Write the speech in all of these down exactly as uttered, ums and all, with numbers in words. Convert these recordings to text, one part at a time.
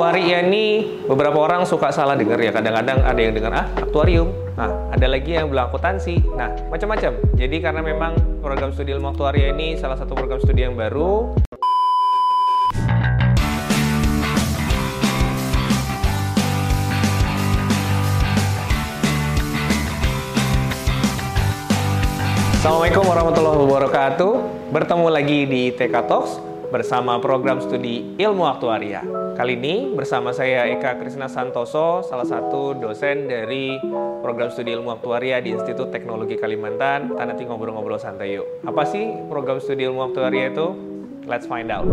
Aktuaria ini beberapa orang suka salah dengar ya. Kadang-kadang ada yang dengar, ah aktuarium. Nah, ada lagi yang bilang akuntansi. Nah, macam-macam. Jadi karena memang program studi ilmu aktuaria ini salah satu program studi yang baru. Assalamualaikum warahmatullahi wabarakatuh. Bertemu lagi di T K Talks bersama program studi ilmu aktuaria. Kali ini bersama saya Eka Krisna Santoso, salah satu dosen dari program studi ilmu aktuaria di Institut Teknologi Kalimantan. Kita nanti ngobrol-ngobrol santai yuk. Apa sih program studi ilmu aktuaria itu? Let's find out.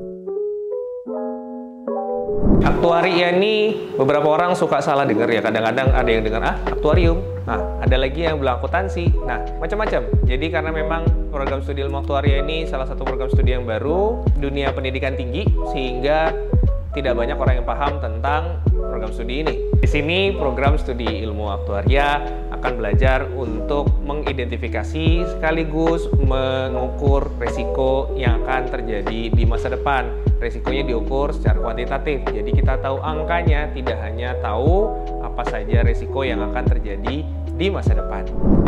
Aktuaria ini beberapa orang suka salah dengar ya. Kadang-kadang ada yang dengar, ah aktuarium. Nah, ada lagi yang bilang akuntansi. Nah, macam-macam. Jadi karena memang program studi ilmu aktuaria ini salah satu program studi yang baru dunia pendidikan tinggi, sehingga tidak banyak orang yang paham tentang program studi ini. Di sini program studi ilmu aktuaria akan belajar untuk mengidentifikasi sekaligus mengukur risiko yang akan terjadi di masa depan. Risikonya diukur secara kuantitatif. Jadi kita tahu angkanya, tidak hanya tahu apa saja risiko yang akan terjadi di masa depan.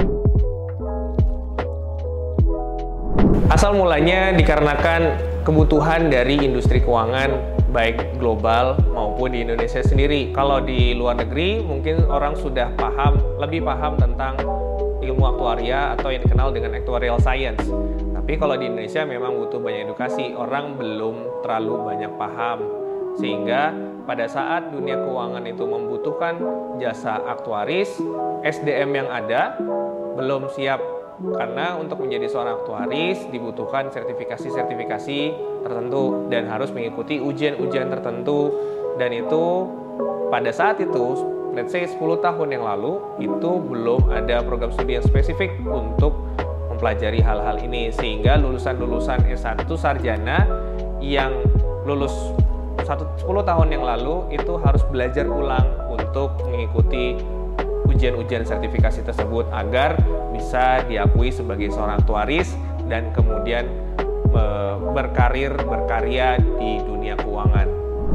Asal mulanya dikarenakan kebutuhan dari industri keuangan baik global maupun di Indonesia sendiri. Kalau di luar negeri mungkin orang sudah paham, lebih paham tentang ilmu aktuaria atau yang dikenal dengan actuarial science. Tapi kalau di Indonesia memang butuh banyak edukasi, orang belum terlalu banyak paham. Sehingga pada saat dunia keuangan itu membutuhkan jasa aktuaris, S D M yang ada belum siap. Karena untuk menjadi seorang aktuaris dibutuhkan sertifikasi-sertifikasi tertentu dan harus mengikuti ujian-ujian tertentu. Dan itu pada saat itu, let's say sepuluh tahun yang lalu, itu belum ada program studi yang spesifik untuk mempelajari hal-hal ini. Sehingga lulusan-lulusan S satu sarjana yang lulus sepuluh tahun yang lalu itu harus belajar ulang untuk mengikuti ujian-ujian sertifikasi tersebut agar bisa diakui sebagai seorang aktuaris dan kemudian e, berkarir, berkarya di dunia keuangan.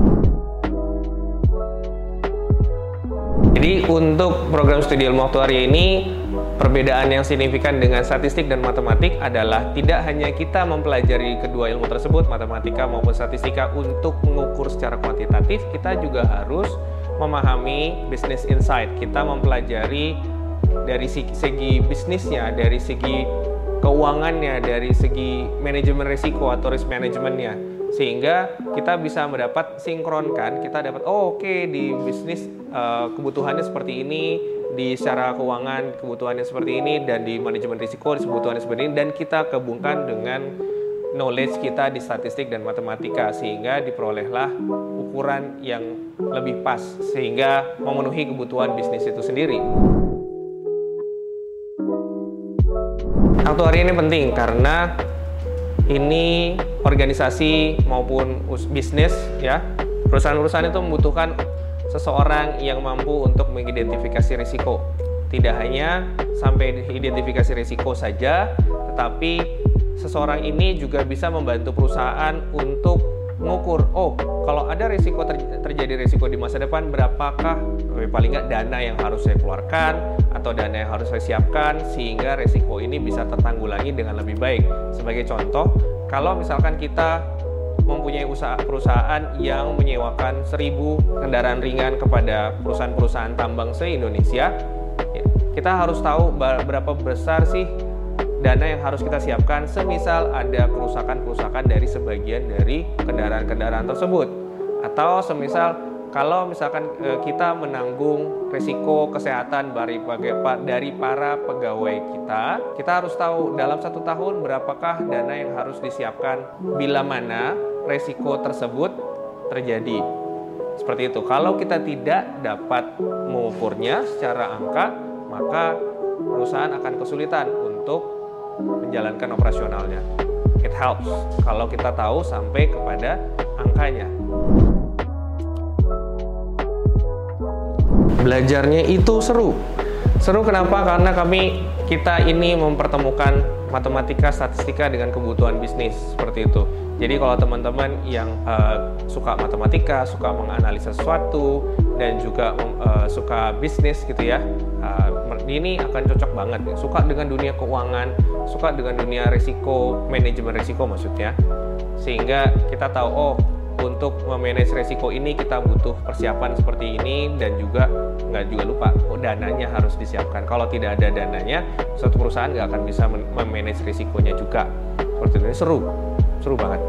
Jadi untuk program studi ilmu aktuaria ini, perbedaan yang signifikan dengan statistik dan matematik adalah tidak hanya kita mempelajari kedua ilmu tersebut, matematika maupun statistika, untuk mengukur secara kuantitatif, kita juga harus memahami business insight. Kita mempelajari dari segi bisnisnya, dari segi keuangannya, dari segi manajemen risiko atau risk manajemennya, sehingga kita bisa mendapat sinkronkan. Kita dapat, oh oke okay, di bisnis uh, kebutuhannya seperti ini, di secara keuangan kebutuhannya seperti ini, dan di manajemen risiko kebutuhannya seperti ini, dan kita gabungkan dengan knowledge kita di statistik dan matematika, sehingga diperolehlah ukuran yang lebih pas sehingga memenuhi kebutuhan bisnis itu sendiri. Aktuaria ini penting karena ini organisasi maupun bisnis ya, perusahaan-perusahaan itu membutuhkan seseorang yang mampu untuk mengidentifikasi risiko. Tidak hanya sampai identifikasi risiko saja, tetapi seseorang ini juga bisa membantu perusahaan untuk mengukur, oh kalau ada risiko ter terjadi risiko di masa depan, berapakah paling nggak dana yang harus saya keluarkan atau dana yang harus saya siapkan sehingga risiko ini bisa tertanggulangi dengan lebih baik. Sebagai contoh, kalau misalkan kita mempunyai usaha perusahaan yang menyewakan seribu kendaraan ringan kepada perusahaan-perusahaan tambang se-Indonesia, ya, kita harus tahu berapa besar sih dana yang harus kita siapkan semisal ada kerusakan-kerusakan dari sebagian dari kendaraan-kendaraan tersebut. Atau semisal kalau misalkan e, kita menanggung risiko kesehatan dari, dari para pegawai kita, kita harus tahu dalam satu tahun berapakah dana yang harus disiapkan bila mana risiko tersebut terjadi. Seperti itu. Kalau kita tidak dapat mengukurnya secara angka, maka perusahaan akan kesulitan untuk menjalankan operasionalnya. It helps kalau kita tahu sampai kepada angkanya. Belajarnya itu seru. Seru kenapa? Karena kami kita ini mempertemukan matematika, statistika dengan kebutuhan bisnis, seperti itu. Jadi kalau teman-teman yang uh, suka matematika, suka menganalisa sesuatu, dan juga uh, suka bisnis gitu ya, uh, ini akan cocok banget. Suka dengan dunia keuangan, suka dengan dunia risiko, manajemen risiko maksudnya. Sehingga kita tahu, oh untuk memanage risiko ini kita butuh persiapan seperti ini, dan juga nggak juga lupa, oh, dananya harus disiapkan. Kalau tidak ada dananya, suatu perusahaan nggak akan bisa memanage risikonya juga. Seperti ini seru. Seru banget.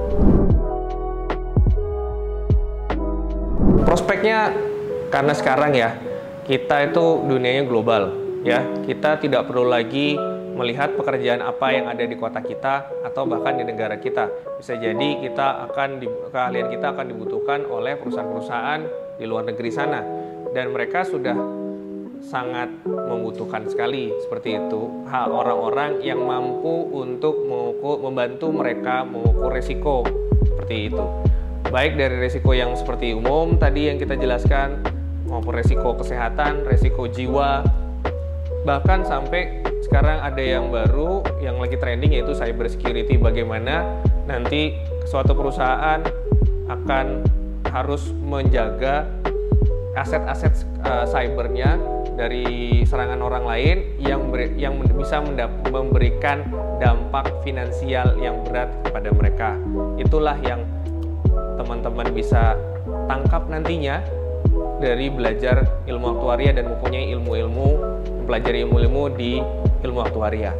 Prospeknya, karena sekarang ya kita itu dunianya global ya, kita tidak perlu lagi melihat pekerjaan apa yang ada di kota kita atau bahkan di negara kita. Bisa jadi kita akan keahlian kita akan dibutuhkan oleh perusahaan-perusahaan di luar negeri sana, dan mereka sudah sangat membutuhkan sekali seperti itu hal orang-orang yang mampu untuk mengukur, membantu mereka mengukur risiko seperti itu, baik dari risiko yang seperti umum tadi yang kita jelaskan, maupun risiko kesehatan, risiko jiwa, bahkan sampai sekarang ada yang baru yang lagi trending yaitu cyber security. Bagaimana nanti suatu perusahaan akan harus menjaga aset-aset uh, cybernya dari serangan orang lain yang ber, yang bisa memberikan dampak finansial yang berat kepada mereka. Itulah yang teman-teman bisa tangkap nantinya dari belajar ilmu aktuaria dan mempunyai ilmu-ilmu, mempelajari ilmu-ilmu di ilmu aktuaria.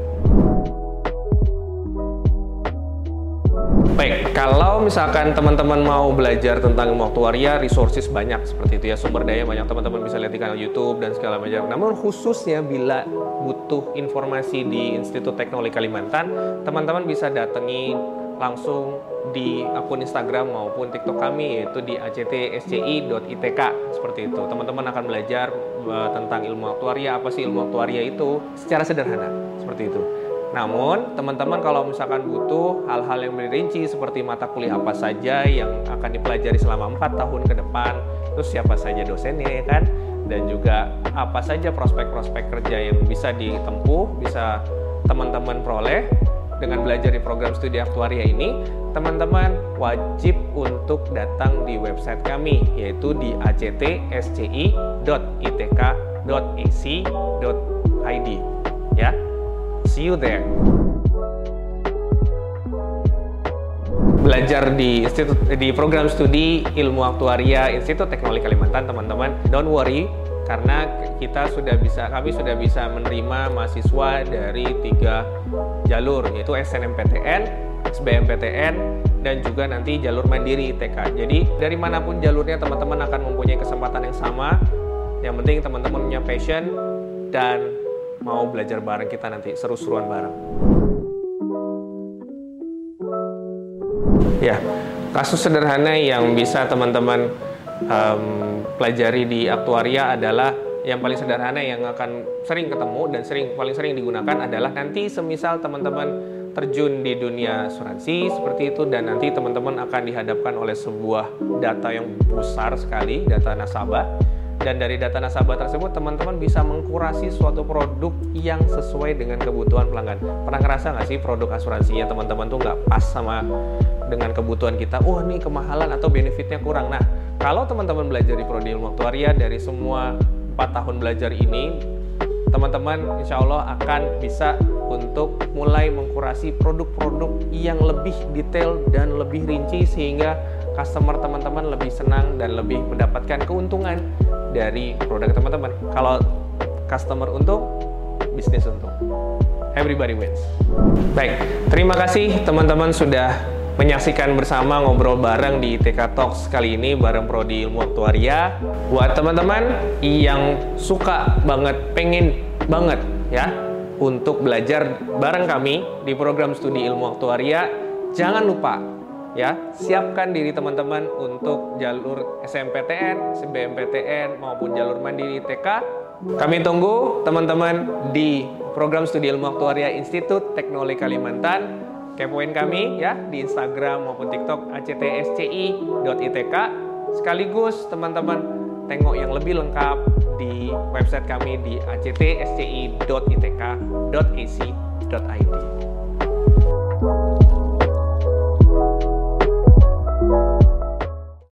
Baik, kalau misalkan teman-teman mau belajar tentang ilmu aktuaria, resources banyak seperti itu ya, sumber daya banyak, teman-teman bisa lihat di kanal YouTube dan segala macam. Namun khususnya bila butuh informasi di Institut Teknologi Kalimantan, teman-teman bisa datangi langsung di akun Instagram maupun TikTok kami, yaitu di a c t s c i dot i t k, seperti itu. Teman-teman akan belajar uh, tentang ilmu aktuaria, apa sih ilmu aktuaria itu secara sederhana, seperti itu. Namun, teman-teman kalau misalkan butuh hal-hal yang lebih rinci seperti mata kuliah apa saja yang akan dipelajari selama empat tahun ke depan, terus siapa saja dosennya ya kan, dan juga apa saja prospek-prospek kerja yang bisa ditempuh, bisa teman-teman peroleh dengan belajar di program studi aktuaria ini, teman-teman wajib untuk datang di website kami, yaitu di a c t s c i dot i t k dot a c dot i d ya. See you there. Belajar di institut di program studi ilmu aktuaria Institut Teknologi Kalimantan, teman-teman, don't worry, karena kita sudah bisa kami sudah bisa menerima mahasiswa dari tiga jalur, yaitu S N M P T N, S B M P T N, dan juga nanti jalur mandiri I T K. Jadi dari manapun jalurnya, teman-teman akan mempunyai kesempatan yang sama. Yang penting teman-teman punya passion dan mau belajar bareng kita nanti, seru-seruan bareng. Ya, kasus sederhana yang bisa teman-teman um, pelajari di aktuaria adalah yang paling sederhana yang akan sering ketemu dan sering paling sering digunakan adalah nanti semisal teman-teman terjun di dunia asuransi seperti itu, dan nanti teman-teman akan dihadapkan oleh sebuah data yang besar sekali, data nasabah. Dan dari data nasabah tersebut, teman-teman bisa mengkurasi suatu produk yang sesuai dengan kebutuhan pelanggan. Pernah ngerasa nggak sih produk asuransinya teman-teman tuh nggak pas sama dengan kebutuhan kita? Oh, ini kemahalan atau benefitnya kurang. Nah, kalau teman-teman belajar di Prodi Ilmu Aktuaria dari semua empat tahun belajar ini, teman-teman insya Allah akan bisa untuk mulai mengkurasi produk-produk yang lebih detail dan lebih rinci, sehingga customer teman-teman lebih senang dan lebih mendapatkan keuntungan dari produk teman-teman. Kalau customer untung, bisnis untung. Everybody wins. Baik, terima kasih teman-teman sudah menyaksikan bersama ngobrol bareng di I T K Talks kali ini bareng Prodi Ilmu Aktuaria. Buat teman-teman yang suka banget, pengen banget ya untuk belajar bareng kami di program studi Ilmu Aktuaria, jangan lupa ya, siapkan diri teman-teman untuk jalur S M P T N, S B M P T N maupun jalur mandiri I T K. Kami tunggu teman-teman di program studi Ilmu Aktuaria Institut Teknologi Kalimantan. Kepoin kami ya di Instagram maupun TikTok a c t s c i dot i t k. Sekaligus teman-teman tengok yang lebih lengkap di website kami di a c t s c i dot i t k dot a c dot i d.